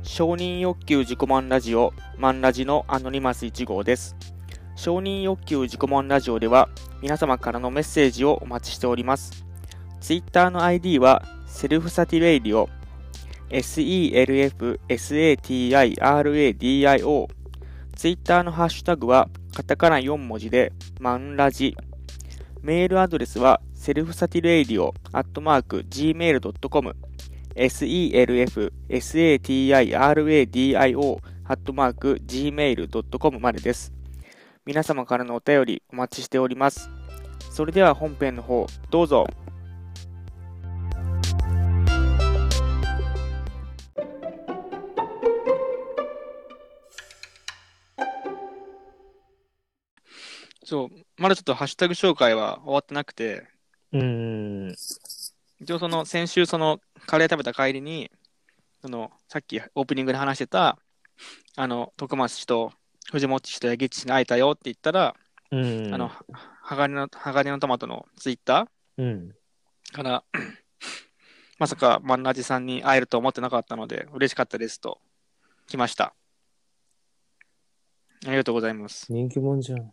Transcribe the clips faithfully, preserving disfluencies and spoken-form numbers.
承認欲求自己満ラジオマンラジのアノニマスいち号です。承認欲求自己満ラジオでは皆様からのメッセージをお待ちしております。ツイッターの アイディー はセルフサティレイディオ セルフサティラディオ。ツイッターのハッシュタグはカタカナよん文字でマンラジ。メールアドレスはセルフサティレイディオアットマーク ジーメールドットコム セルフサティラディオアットマーク ジーメールドットコム までです。皆様からのお便りお待ちしております。それでは本編の方どうぞ。そう、まだちょっとハッシュタグ紹介は終わってなくて、 うーん。 一応その先週そのカレー食べた帰りに、そのさっきオープニングで話してたあの徳松氏と藤本氏と八木氏に会えたよって言ったら、 うん。 あの鋼の鋼のトマトのツイッタうん。 ーからまさかマンラジさんに会えると思ってなかったので嬉しかったですと来ました。ありがとうございます。 人気者じゃん。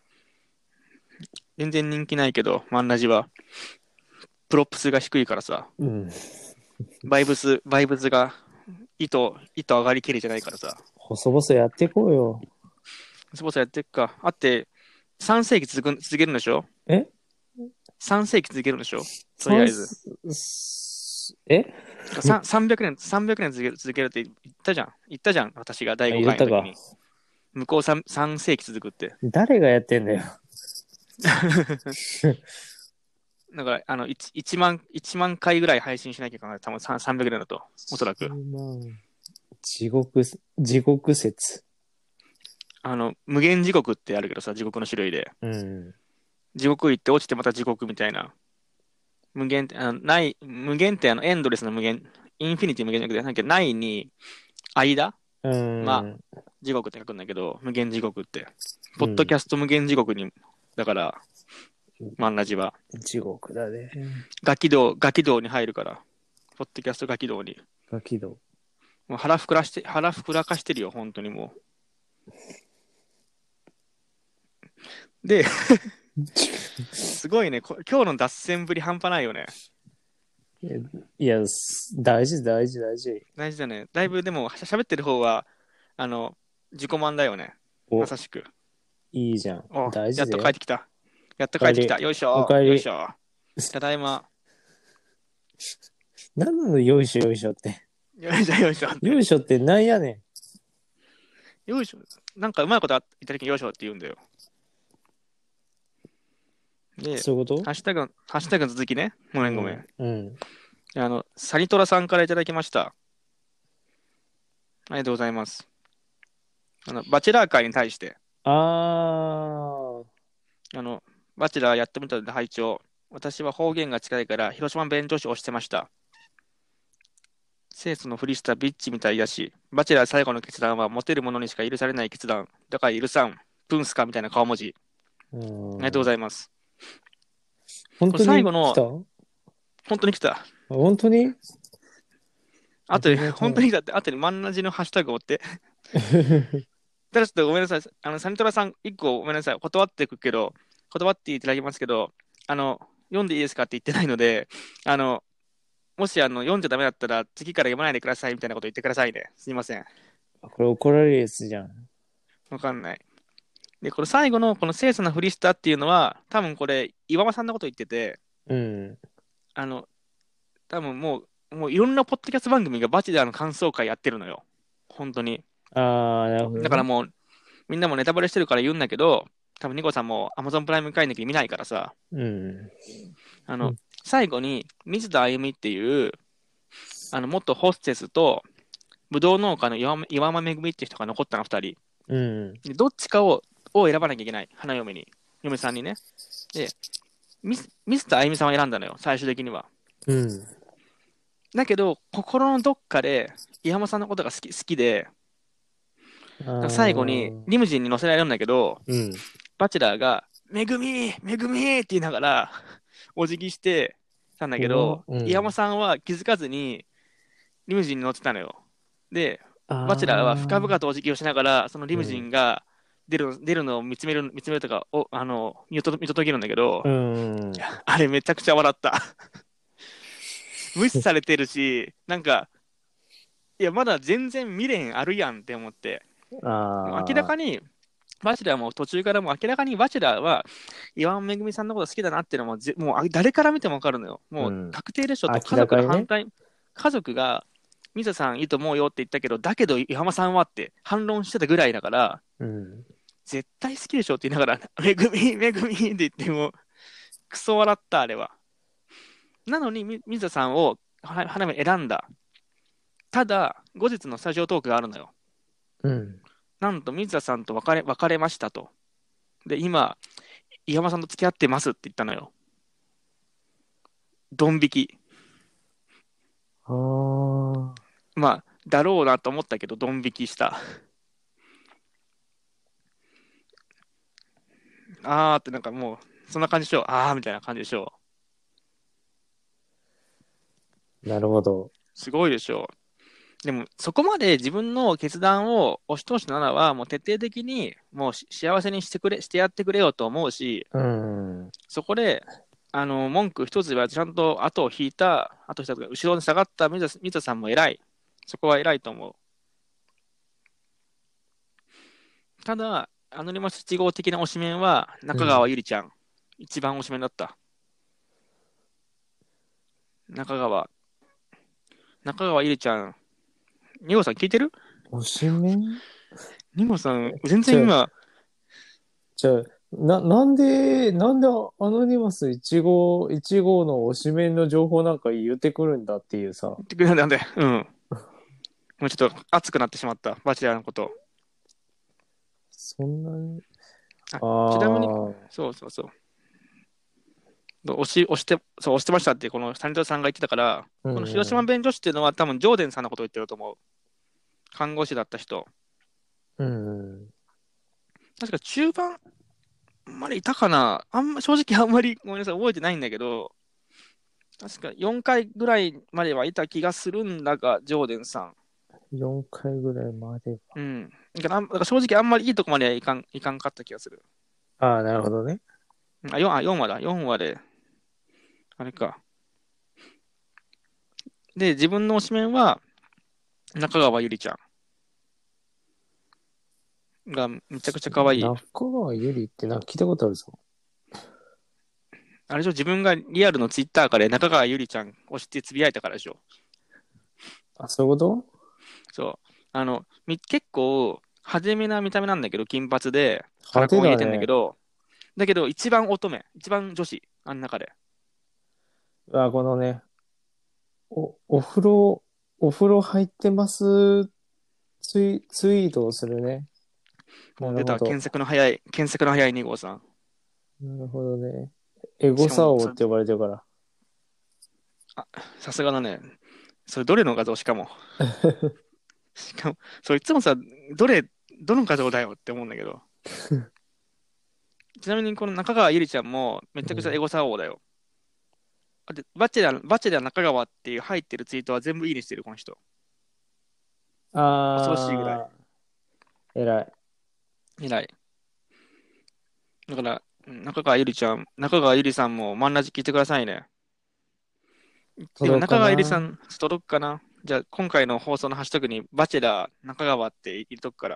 全然人気ないけどマンラジはプロップスが低いからさ、 うん。 バイブスバイブスが糸糸上がりきれじゃないからさ、 細々やっていこうよ。 スポーツやっていくか。あってさん世紀続く続けるんでしょ。 えさん世紀続けるんでしょ。とりあえずえささんびゃくねんさんびゃくねん続ける続けるって言ったじゃん言ったじゃん私がだいごかいの時に。向こう 3, さん世紀続くって。 誰がやってんだよ。 だからあの 1, 1, 万1万回ぐらい配信しなきゃいけない。多分さんびゃくねんだとおそらく。 地獄地獄説。 あの無限地獄ってあるけどさ、地獄の種類で、 うん、 地獄行って落ちてまた地獄みたいな。無限ってあのない無限ってあのエンドレスの無限、インフィニティ無限じゃなくてなんかないに間、 うん、 まあ地獄って書くんだけど、無限地獄ってポッドキャスト無限地獄に、うん、だからマンラジは地獄だね。 ガキ道ガキ道に入るから、ポッドキャストガキ道に。 ガキ道。 もう腹膨らして腹膨らかしてるよ本当にもう。ですごいね、今日の脱線ぶり半端ないよね。 いや大事大事大事大事だね。だいぶでも喋ってる方はあの自己満だよね。まさしくいいじゃん。大事だよ。 やっと帰ってきた。やっと帰ってきた。よいしょ。よいしょ。ただいま。 何なのよいしょよいしょって。 よいしょよいしょって。 よいしょってなんやねん。よいしょ。なんかうまいこと言った時によいしょって言うんだよ。で、 そういうこと？ ハッシュタグ、ハッシュタグの続きね。ごめんごめん。 うん。うん、 あの、サニトラさんからいただきました。ありがとうございます。あの、バチェラー会に対して。 あー。 あの、バチェラーやってみたので拝聴。私は方言が近いから広島弁女子をしてました。清楚のふりしたビッチみたいだし、バチェラー最後の決断はモテる者にしか許されない決断。だから許さん。プンスカみたいな顔文字。ありがとうございます。 本当に最後の来た？ 本当に来た。 本当に？ あとで、本当に来たって、あとでマンラジのハッシュタグを追って。ただちょっとごめんなさい。あの、サニトラさん、一個ごめんなさい。断っていくけど、断っていただきますけど、あの、読んでいいですかって言ってないので、あの、もしあの読んじゃダメだったら、次から読まないでくださいみたいなこと言ってくださいね。すいません。 これ怒られるやつじゃん。 わかんない。で、これ最後のこの清楚なふりしたっていうのは、多分これ、岩間さんのこと言ってて、 うん。 あの、多分もう、もういろんなポッドキャスト番組がバチェラーの感想会やってるのよ。本当に。 ああ、なるほど、ね。 だからもう、みんなもネタバレしてるから言うんだけど、多分ニコさんも Amazon プライム会員だけ見ないからさ、 うん。 あの、 うん、 最後に水田あゆみっていう、あの、元ホステスと、ぶどう農家の岩岩間めぐみっていう人が残ったのふたり。 うん。 でどっちかをを選ばなきゃいけない。花嫁に。嫁さんにね。で、ミス水田あゆみさんを選んだのよ、最終的には。 うん。 だけど、心のどっかで、岩間さんのことが好き好きで、最後にリムジンに乗せられるんだけど、 うん、 バチェラーが、めぐみめぐみって言いながら、お辞儀してたんだけど、うん、岩間さんは気づかずに、リムジンに乗ってたのよ。で、 バチェラーは深々 あとお辞儀をしながら、そのリー、うムジンん。 が出る出るのを見つめる、見つめるとか、おあの見と見届けるんだけど、 うん。 あれめちゃくちゃ笑った。無視されてるし、なんか、いや、まだ全然未練あるやんって思って、もう明らああ、 かに、バチェラーも途中からもう明らかにバチェラーは岩尾めぐみさんのこと好きだなっていうのもぜもう誰から見ても分かるのよ。もううん。 確定でしょと、家明ら族かにね。 の反対、家族がミサさんいいと思うよって言ったけど、だけど岩間さんはって反論してたぐらいだから、 うん。 絶対好きでしょって言いながら、めぐみ、めぐみって言っても、クソ笑った、あれは。なのに、み水田さんをは花火選んだ。ただ、後日のスタジオトークがあるのよ。 うん。 なんと、水田さんと別れ別れましたと。で、今、岩間さんと付き合ってますって言ったのよ。ドン引き。 ああ、 まあ、だろうなと思ったけど、ドン引きした。あーってなんかもう、そんな感じでしょ。あーみたいな感じでしょ。 なるほど。 すごいでしょ。でも、そこまで自分の決断を押し通したならは、もう徹底的に、もう幸せにしてくれ、してやってくれよと思うし、 うん。 そこで、あの、文句一つはちゃんと後を引いた、後を引いたとか、後ろに下がった水田水田さんも偉い。そこは偉いと思う。ただ、アノニマスいち号的な推しメンは、中川うん。 ゆりちゃん。一番推しメンだった。中川。中川ゆりちゃん。ニゴさん聞いてる？ 推しメンニゴさん、全じゃあ、 然今、 じゃあ、な、なんで、なんでアノニマスいち号、いち号の推しメンの情報なんか言ってくるんだっていうさ。 言ってくれたんで、うん。もうちょっと熱くなってしまった。バチェラーのこと。 そんなに。 あ、 あちなみに、 あ、 そうそうそう。押し、押して、そう、押してましたってこの谷戸さんが言ってたから、 うこの広んうん。 島弁女子っていうのは多分ジョーデンさんのことを言ってると思う。看護師だった人。 うんうん。 確か中盤、あんまりいたかな。あんま、正直あんまりごめんなさい、覚えてないんだけど、確かよんかいぐらいまではいた気がするんだが、ジョーデンさん。 よんかいぐらいまでは。 うん。だからだから正直あんまりいいとこまではいかん、いかんかった気がする。 ああ、なるほどね。 あ、よん、あ、よんわだ。よんわで、あれか。で、自分の推しメンは、中川ゆりちゃんがめちゃくちゃ可愛い。 中川ゆりってなんか聞いたことあるぞ。 あれでしょ、自分がリアルのツイッターから中川ゆりちゃん推してつぶやいたからでしょ。 あ、そういうことそう。あの、み結構、派手めな見た目なんだけど、金髪で、カラ派手コン入れてんだけだね。 ど、だけど、一番乙女、一番女子、あん中で。 あ、このね、お、お風呂、お風呂入ってますツイ、ツイートをするね。なもう出た、検るほど。 索の早い、検索の早いに号さん。 なるほどね。エゴしかも、そサ王って呼ばれてるから。 あ、さすがだね。それどれの画像しかも。しかも、それいつもさ、どれ、どの画像だよって思うんだけど。ちなみにこの中川ゆりちゃんもめちゃくちゃエうん、 ゴサ王だよ。で、バチェラー、バチェラー中川っていう入ってるツイートは全部いいねしてる、この人。恐ろしいぐらい。 あー、偉い。 偉い。だから、中川ゆりちゃん、中川ゆりさんもマンラジ聞いてくださいね。でも届くか中川ゆりさな。 ん、届くかな？じゃあ、今回の放送のハッシュタグに、バチェラー中川って入れとくから。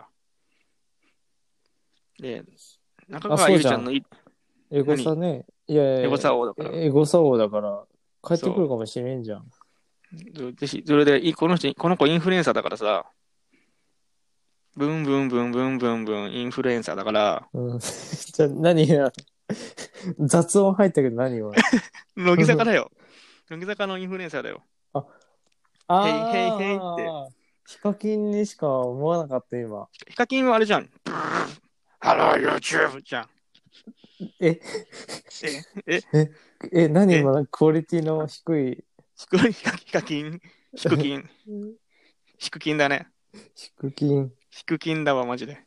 で、中あ、 川そうじゃん。 ゆりちゃんのい、 エゴ何サね。いやいエゴやいや、 サ王だから。 エゴサ王だから、帰ってくそるかもしれんじゃん。 う。ぜひ、それで、いこの人、この子インフルエンサーだからさ、ブンブンブンブンブンブンインフルエンサーだから、 うん。じゃあ何や、雑音入ったけど何は。 乃木坂だよ。乃木坂のインフルエンサーだよ。 あ、 ヘイヘイヘイって。 あー、ヒカキンにしか思わなかった今。 ヒカキンはあれじゃん。ハロー YouTube じゃん。 え、 え、え、 え、え、何え、 今、クオリティの低い。 低いヒカヒカキン、低金、低金だね。 低金。 低金だわ、マジで。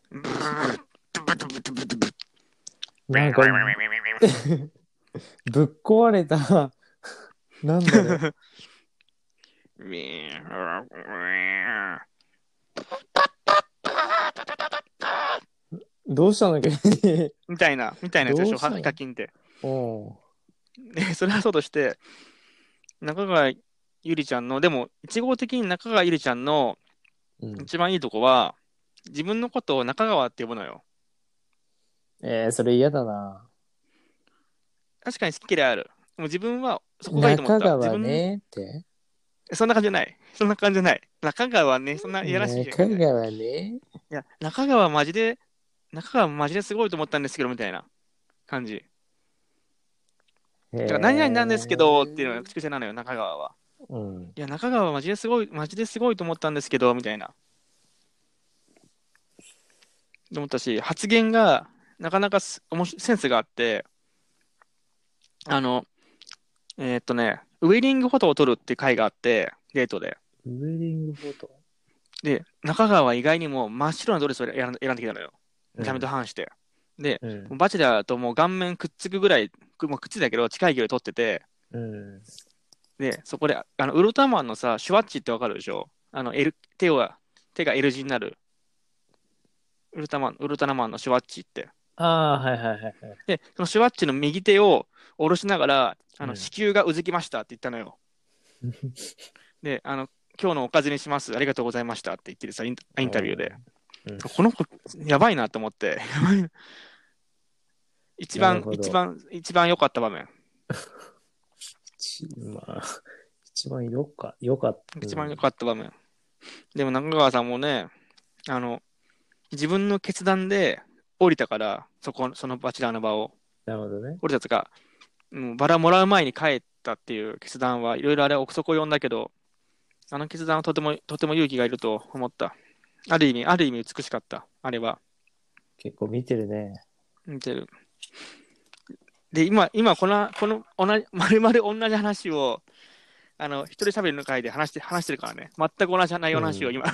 なんか、ぶっ壊れた。なんだろどうしたんだっけみたいな、みたいなやつでしょ、 どうしたのヒカキンって。 おう。 で、それはそうとして、中川ゆりちゃんの、でも、一号的に中川ゆりちゃんのうん。 一番いいとこは、自分のことを中川って呼ぶのよ。 えー、それ嫌だな。 確かに好き嫌いある。でも自分はそこがいいと思った。自中川分、 ねって。 そんな感じじゃない。そんな感じじゃない。中川ね、そんないやらしい感じじゃない。 中川ね。 いや、中川マジで、中川マジですごいと思ったんですけど、みたいな感じ。 へだから何々なんですけどっていうのがえ。 口癖なのよ、中川は。 うん。 いや、中川はマジですごい、マジですごいと思ったんですけど、みたいな。と思ったし、発言がなかなかすおもしセンスがあって、あの、えーっとね、ウェディングフォトを撮るっていう回があって、デートで。 ウェディングフォト。 で、中川は意外にも真っ白なドレスを選ん選んできたのよ。見た目とうん。 反して。で、 うん。 バチェラーともう顔面くっつくぐらい、くもうくっついたけど、近い距離で撮ってて、 うん。 で、そこで、あの、ウルトラマンのさ、シュワッチってわかるでしょ？あの、L、手は、手が L 字になる。ウルトラマン、ウルトラマンのシュワッチって。 ああ、はいはいはいはい。 で、そのシュワッチの右手を下ろしながら、あの、 うん。 子宮がうずきましたって言ったのよ。で、あの、今日のおかずにします。ありがとうございましたって言ってるさ、インインタビューで。 うん。 この子、やばいなと思って、やばいな一なる番、 ほど。 一番、一番良かった場面。 ちまあ、一番よか、よかった。う一番良ん。 かった場面。でも中川さんもね、あの、自分の決断で降りたから、そこ、そのバチェラーの場を。 なるほどね。 降りたとか、うん、バラもらう前に帰ったっていう決断はいろいろあれ憶測を呼んだけど、あの決断はとても、とても勇気がいると思った。ある意味、ある意味美しかった。あれは。 結構見てるね。 見てる。で、今、今、この、この、同じ、まるまる同じ話を、あの、一人喋りの回で話して、話してるからね。全く同じ内容の話をうん。 今、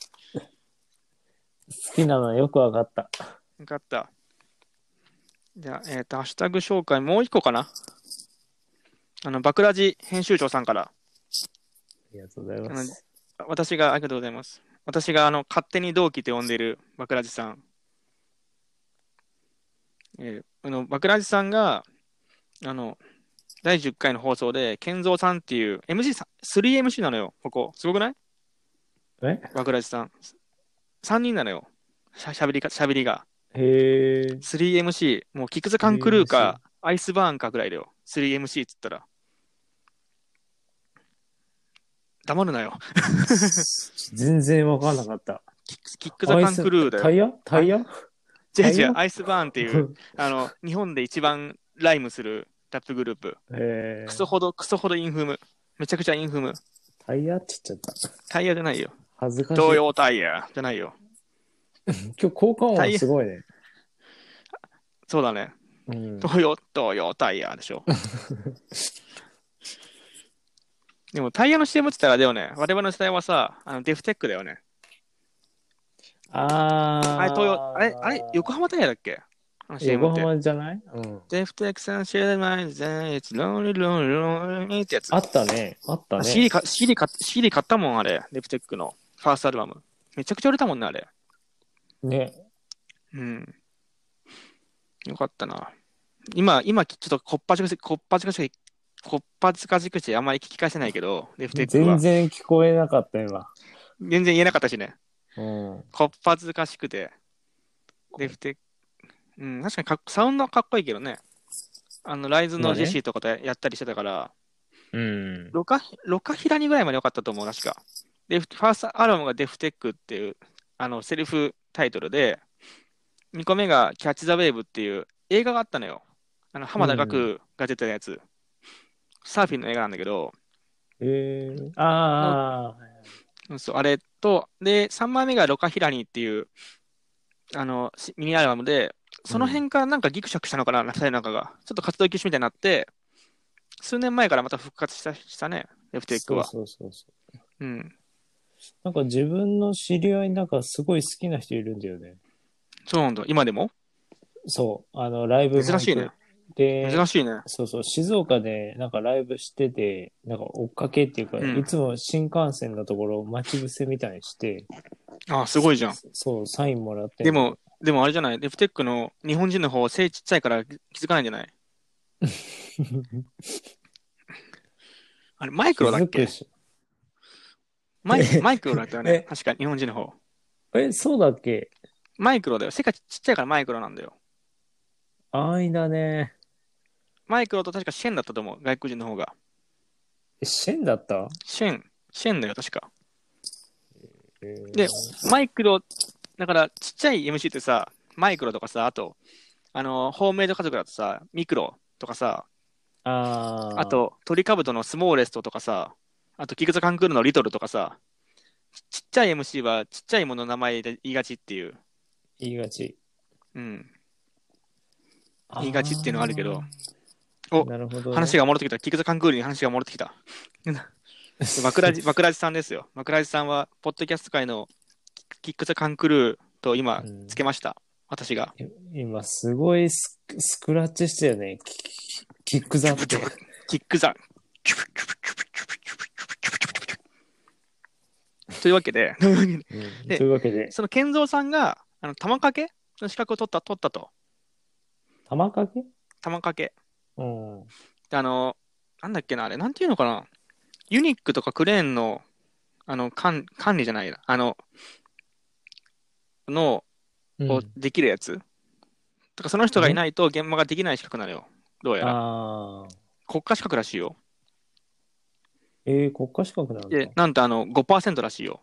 好きなのはよくわかった。あ分かった。じゃあ、えっと、ハッシュタグ紹介もう一個かな。あの、バクラジ編集長さんから、 りがとうございあの、 ます。 私が、ありがとうございます。私が、あの、勝手に同期って呼んでいるバクラジさん。えーあの、バクラジさんが、あの、だいじゅっかいの放送で、健三さんっていう、エムシー さん、スリーエムシー なのよ、ここ。すごくない？ えバクラジさん。さんにんなのよ。しゃ、しゃべりか、しゃべりが。 へえ、 スリーエムシー、もうキックザカンクルーか、 スリーエムシー。 アイスバーンかぐらいだよ。スリーエムシー っつったら。黙るなよ。 全然わかんなかった。 キックキックザカンアイス、 クルーだよ。 タイヤタあ、 イヤ違う違う、 タイヤアイスバーンっていう、あの、日本で一番ライムするラップグループ。 へえ、 クソほど、クソほどインフム。めちゃくちゃインフム。 タイヤって言っちゃった。 タイヤじゃないよ。 恥ずかしい。 東洋タイヤじゃないよ。 今日効果タイヤ、 音すごいね。 そうだね。 うん。 東洋、東洋タイヤでしょ。でもタイヤの シーエム って言ったらだよね。我々の世代はさ、あのデフテックだよね。あれ、東洋、あれ、あれ、 あ横浜タイヤだっけ？あのー、 シーエム って。 横浜じゃないうん。 デフテックさん知らないぜ、It's lonely, lonely, lonely ってやつ。 あったね。あったあ、 ね。 シーディー か、シーディー か、シーディー 買ったもん、あれ。デフテックのファーストアルバム。めちゃくちゃ売れたもんね、あれ。 ね。 うん。よかったな。今、今、ちょっとこっぱずかしい、こっぱずかしい、こっぱずかしくてあんまり聞き返せないけど、デフテック全は。 然聞こえなかった今。 全然言えなかったしね。 うん。 こっぱずかしくて、デフテック、うん、確かにかっサウンドはかっこいいけどね。あの、ライズまあね。 のジェシーとかとやったりしてたから、 うん。 ロカ、ロカヒラニぐらいまで良かったと思う、確か。で、ファーストアルバムがデフテックっていう、あの、セルフタイトルで、にこめがキャッチ・ザ・ウェーブっていう映画があったのよ。あの、浜田うん。 岳が出てたやつ。サーフィンの映画なんだけど、 えー、 の、 あうんそう、あれと、で、さんまいめがロカヒラニっていう、あの、しミニアルバムで、 あ、うん。 その辺からなんかギクシャクしたのかな、ふたりなんかが。ちょっと活動休止みたいになって、数年前からまた復活した、したね、レフテックは。 そうそうそうそう。 うん。 なんか自分の知り合いになんかすごい好きな人いるんだよね。 そうなんだ。今でもそう。あの、ライブも珍しいね。 行く。で、 珍しいね。 そうそう、静岡でなんかライブしてて、なんか追っかけっていうか、 うん。 いつも新幹線のところを待ち伏せみたいにして、 あ、すごいじゃん。 そう、サインもらってんの。 でも、でもあれじゃない、デフテックの日本人の方、背ちっちゃいから気づかないんじゃない？あれ、マイク気ロだっけ？ づくし。 マイ、マイクロだったよね。 え、 確か日本人の方。 え、そうだっけ？ マイクロだよ。背がちっちゃいからマイクロなんだよ。 安易だね。 マイクロと確かシェンだったと思う。外国人の方が。 え、シェンだった？ シェン、シェンだよ、確か。 えで、 ー、 マイクロ、だからちっちゃい エムシー ってさ、マイクロとかさ、あと、あの、ホームメイド家族だとさ、ミクロとかさ、ああと、トリカブトのスモーレストとかさ、あと、キクザカンクールのリトルとかさ、ちっちゃい エムシー はちっちゃいものの名前で言いがちっていう、 ー、言いがち。 うん、言いがちっていうのがあるけど、 あお、 ー、なるほどね。 話が戻ってきた。キクザカンクールに話が戻ってきた。バクラジ、バクラジさんですよ。バクラジさんは、ポッドキャスト界のキックザカンクルーと今、 うん、 つけました。私が。 今、すごいスク、スクラッチしてるね。キキックザって。 キックザ。というわけで、 うん、 でというわけで、 その健三さんが、あの、玉掛けの資格を取った、取ったと。 玉かけ？ 玉掛け。 うん。 であの、なんだっけな、あれ、なんていうのかな。ユニックとかクレーンの、あの、管管理じゃないな。あの、の、をうん。 できるやつ。とか、その人がいんないと現場ができない資格なのよ。どうやら。 ああ。 国家資格らしいよ。 えー、国家資格なんだ。 で、なんとあの、ごパーセントらしいよ。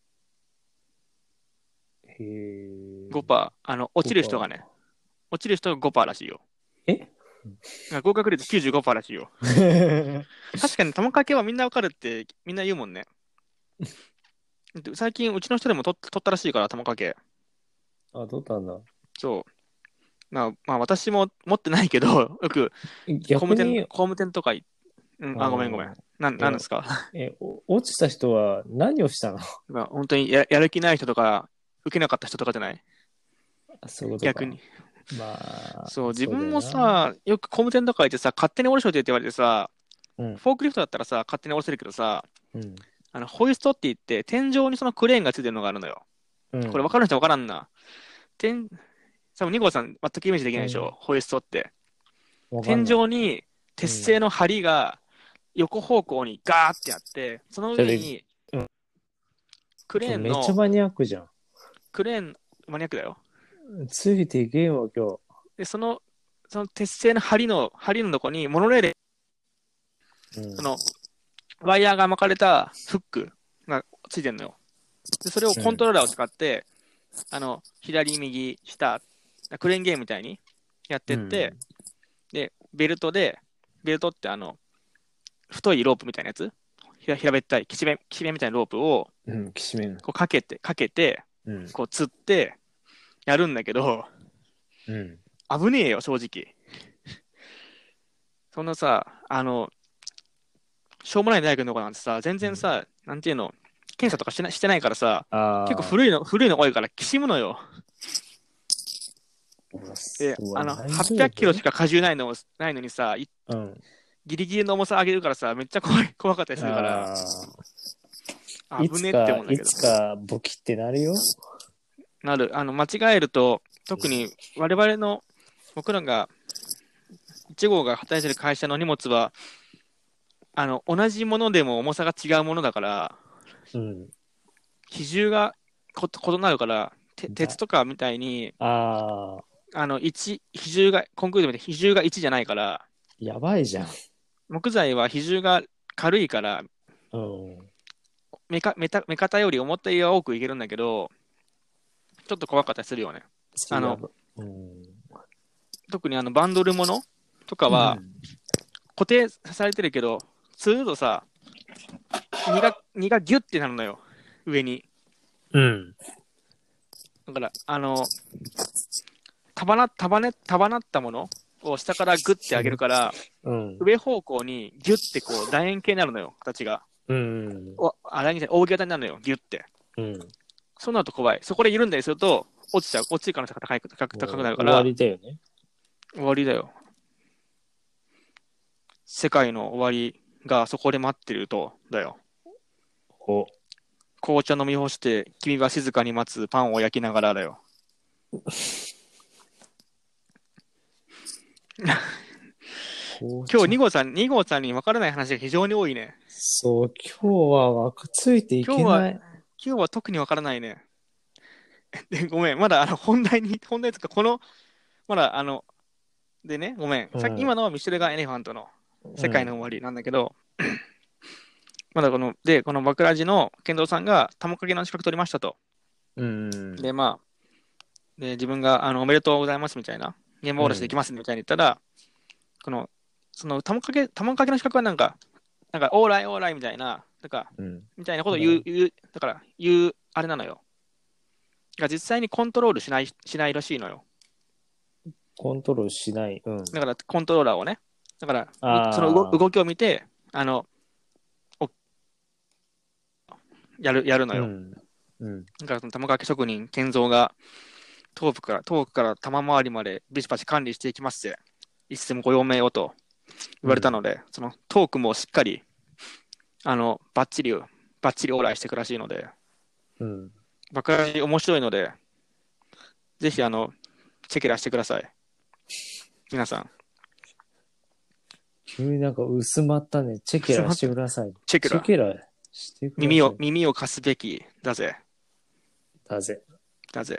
へえ。 ごパーセント。あの、落ちる人がごパー。 ね、落ちる人がごパーセントらしいよ。 え合格率きゅうじゅうごパーセントらしいよ。確かに、玉掛けはみんなわかるってみんな言うもんね。最近、うちの人でも取取ったらしいから、玉掛け。 あ、取ったんだ。 そう。まあ、まあ、私も持ってないけど、よく工務店、 逆に、 工務店とかい、うん、あ、ごめんごめん。 うん。 なん、 いや、 なんですか。 え、お落ちた人は何をしたの？ まあ、本当にや、やる気ない人とか、受けなかった人とかじゃない？ あ、そういうことか。 逆に。 まあ、 そう、自分もそうだよな。 さ、よく工務店とか行ってさ、勝手に降ろしといてって言われてさ、 うん、 フォークリフトだったらさ、勝手に降ろせるけどさ、 うん、 あの、ホイストって言って、天井にそのクレーンがついてるのがあるのよ。 うん。 これ分かる人分からんな。天、多分、ニコさん全くイメージできないでしょ、 うん、 ホイストって。天わかんない。 井に鉄製うん。 の梁が横方向にガーってあって、そのそれ、 上にうん、 クレ今日ーンの、 めっちゃマニアックじゃん。 クレーン、マニアックだよ。 ついていけんわ、今で、その、その鉄製の梁の、梁のとこにモノレール、 日。うん。 その、ワイヤーが巻かれたフックがついてるのよ。で、それをコントローラーを使って、あの、左、右、下、クレーンゲームみたいにやってうって、 ん。 で、ベルトで、ベルトってあの、太いロープみたいなやつ、ひら平べったい、きしめ、きしめみたいなロープを、 うん、きしめん。 こうかけて、かけて、 うん。 こう釣って、やるんだけど、 うん。 危ねえよ、正直。そんなさ、あの、しょうもない大学の子なんてさ、全然さ、なんていうの、検査とかしてないしてないからさ、結構ああ、 古いの、古いの多いから、きしむのよ。 うわ、 で、 うわあの、 大丈夫？ はっぴゃくキロしか荷重ないの、ないのにさ、いうん。 ギリギリの重さ上げるからさ、めっちゃ怖い、怖かったりするから、 ああ、い危ねえってつか、 思うんだけど。 いつか、ボキってなるよ。 なる。あの、間違えると、特に我々の、僕らが、いち号が働いてる会社の荷物は、あの、同じものでも重さが違うものだから、 うん。 比重がこ異なるから、て鉄だ、 とかみたいに、 ああ、 あの、いち、比重が、コンクリートみたいに比重がいちじゃないから、 やばいじゃん。 木材は比重が軽いから、 うん。 メカ、メタ、メカタより思ったよりは多くいけるんだけど、ちょっと怖かったりするよね。あの、 やば、うん。 特にあの、バンドルものとかは、 うん。 固定されてるけど、するとさ、荷が、荷がギュッてなるのよ。上に。 うん。 だから、あの、束な、束ね、束なったものを下からグッて上げるから、 うん。 上方向にギュッてこう楕円形になるのよ、形が。 うん。 お、あ、楕円形、扇形になるのよ、ギュッて。 うん。 そうなると怖い。そこで緩んだりすると、落ちちゃう。落ちる可能性が高い、高く高くなるか終わら、 りだよね。 終わりだよ。世界の終わりがそこで待ってると、だよ。 お、 紅茶飲み干して、君が静かに待つパンを焼きながらだよ。今日に号さん、に号さんに分からない話が非常に多いね。 そう、今日はわかついていけ今日は、 ない。 今日は特に分からないね。で、ごめん、まだあの本題に、本題とか、この、まだあの、でね、ごめん、さっきうん今のはミシェルガン・エレファントの世界の終わりなんだけど、 うまだこの、で、このバクラジの健三さんが玉掛けの資格取りましたと。 ん。 で、まあ、で、自分が、あの、おめでとうございますみたいな、現場おろしできますみたいに言ったら、この、その玉掛け、玉掛けの資格はなんか、なんか、オーライオーライみたいな、なんか、 うん。 みたいなことを言う、言う、だから、言う、あれなのよ。が実際にコントロールしない、しないらしいのよ。 コントロールしない。うん。 だから、コントローラーをね。だから、 あーその動動きを見て、あの、おやる、やるのよ。 うん。うん。 だから、その玉掛け職人、健三が、遠くから、遠くから玉回りまでビシバシ管理していきますって、一斉もご用命をと言われたので、そのトークもしっかり、あの、バッチリ、バッチリオーライしていくらしいので、 うん。 バカに面白いので、ぜひ、あの、チェケラしてください。皆さん。 急になんか薄まったね。チェケラしてください。 チェケラ。 チェケラしてください。 耳を、耳を貸すべきだぜ。 だぜ。 だぜ。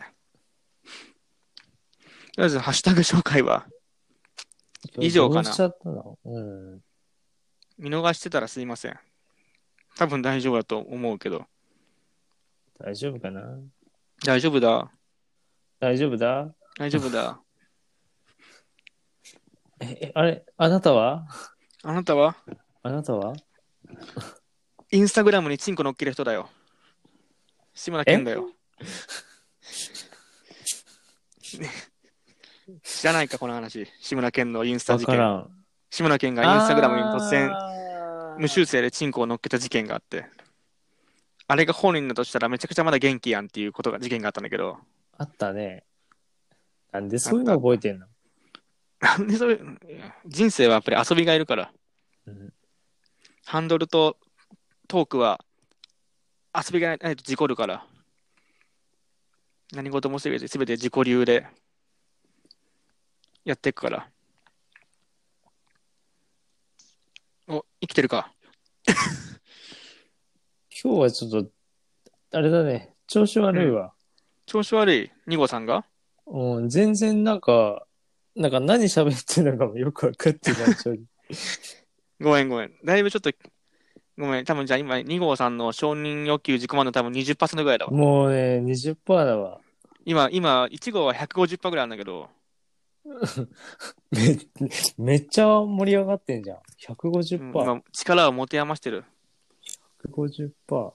とりあえず、ハッシュタグ紹介は以上かな。 どうしちゃったの？うん。 見逃してたらすいません。多分大丈夫だと思うけど。 大丈夫かな？ 大丈夫だ。 大丈夫だ？ 大丈夫だ。 え、あれ、あなたはあなたはあなたはインスタグラムにチンコ乗っける人だよ。志村けんだよ。知らないか、この話。志村けんのインスタ事件。 わからん。 志村けんがインスタグラムに突然、 あー無修正でチンコを乗っけた事件があって、あれが本人だとしたらめちゃくちゃまだ元気やんっていうことが、事件があったんだけど。 あったね。なんでそういうの覚えてんの？ なんでそういう、人生はやっぱり遊びがいるから。 うん、 ハンドルとトークは遊びがないと事故るから。何事もすべて、すべて自己流でやっていくから。お、生きてるか。 今日はちょっと、あれだね。調子悪いわ。 調子悪いに号さんがうん、全然なんか、なんか何喋ってるのかもよくわかってない正直。 ごめんごめん。だいぶちょっと、ごめん。多分じゃあ今に号さんの承認欲求自己満の多分にじゅっパーセントぐらいだわ。 もうね、にじゅっパーセントだわ。 今、今、いち号はひゃくごじゅっパーセントぐらいあるんだけど、 め、めっちゃ盛り上がってんじゃん。ひゃくごじゅっパーセント。 今力を持て余してる。 ひゃくごじゅっパーセント。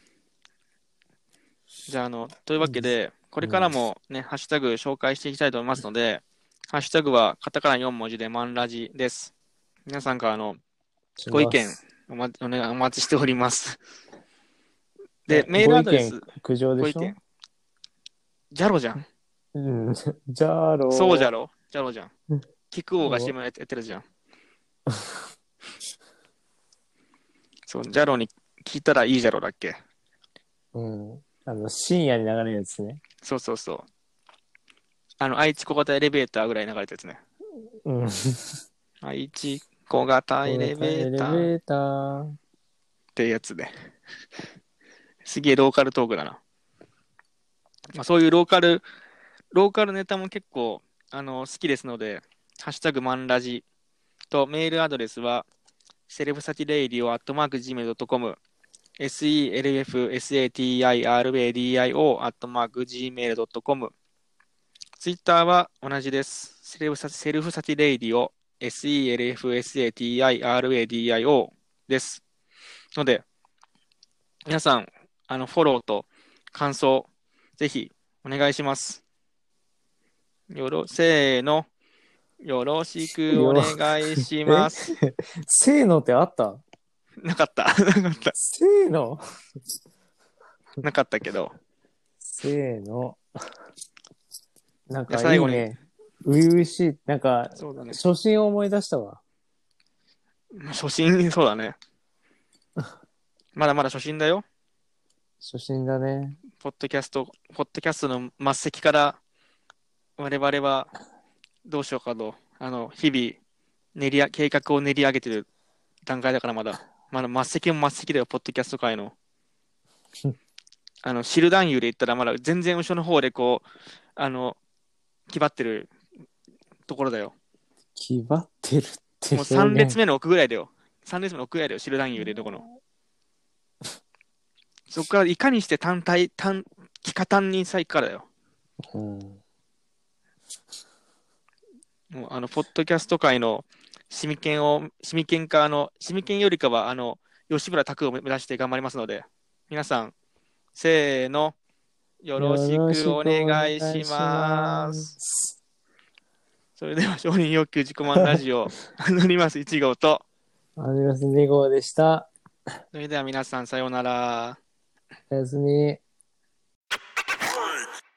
じゃあ、あの、というわけで、これからもね、ハッシュタグ紹介していきたいと思いますので、ハッシュタグはカタカナよん文字でマンラジです。皆さんからのご意見お,、ま、お,、ね、お待ちしております。で、メールアドレス、 苦情でしょ？ ご意見。ジャロじゃん。 うん、ジャロー。 そうじゃろジャロじゃん。キクオーが シーエム やってるじゃん。そう、ジャロに聞いたらいいじゃろだっけ。 うん。あの、深夜に流れるやつね。 そうそうそう。あの、愛知小型エレベーターぐらい流れたやつね。 うん。 愛知小型エレベーター。 エレベーター。 ってやつで。すげえローカルトークだな。まあ、そういうローカル、ローカルネタも結構、あの、好きですので、ハッシュタグマンラジとメールアドレスは、セルフサティレイディオアットマーク ジーメールドットコム、セルフサティラディオアットマーク ジーメールドットコム。ツイッターは同じです。セルフサセルフサティレイディオ、セルフサティラディオです。ので、皆さん、あの、フォローと感想、ぜひお願いします。よろ、せーの。よろしくお願いします。 せーのってあった？ なかった。なかった。 せーのなかったけど。 せーの。なんかいい最後にね。初々しい。なんか、 そうだね。 初心を思い出したわ。 初心、そうだね。まだまだ初心だよ。 初心だね。 ポッドキャスト、ポッドキャストの末席から我々はどうしようかと、あの、日々練りあ、計画を練り上げてる段階だからまだ。まだ末席も末席だよ、ポッドキャスト界の。あの、知る男優で言ったらまだ全然後ろの方でこう、あの、気張ってるところだよ。 気張ってるってもう表さん列現。 目の奥ぐらいだよ。さん列目の奥ぐらいだよ、知る男優でどこの。そこからいかにして単体、単、気化単にさいくからだよ。 うん、 もうあの、ポッドキャスト界のシミケンを、シミケンか、あの、シミケンよりかは、あの、吉村拓を目指して頑張りますので、皆さん、せーの、よろしよろくおしくお願いし願いしまます。 す。 それでは、承認欲求自己満ラジオ、アノニマスいち号と、 アニマスに号でした。 それでは皆さん、さようなら。 おやすみ。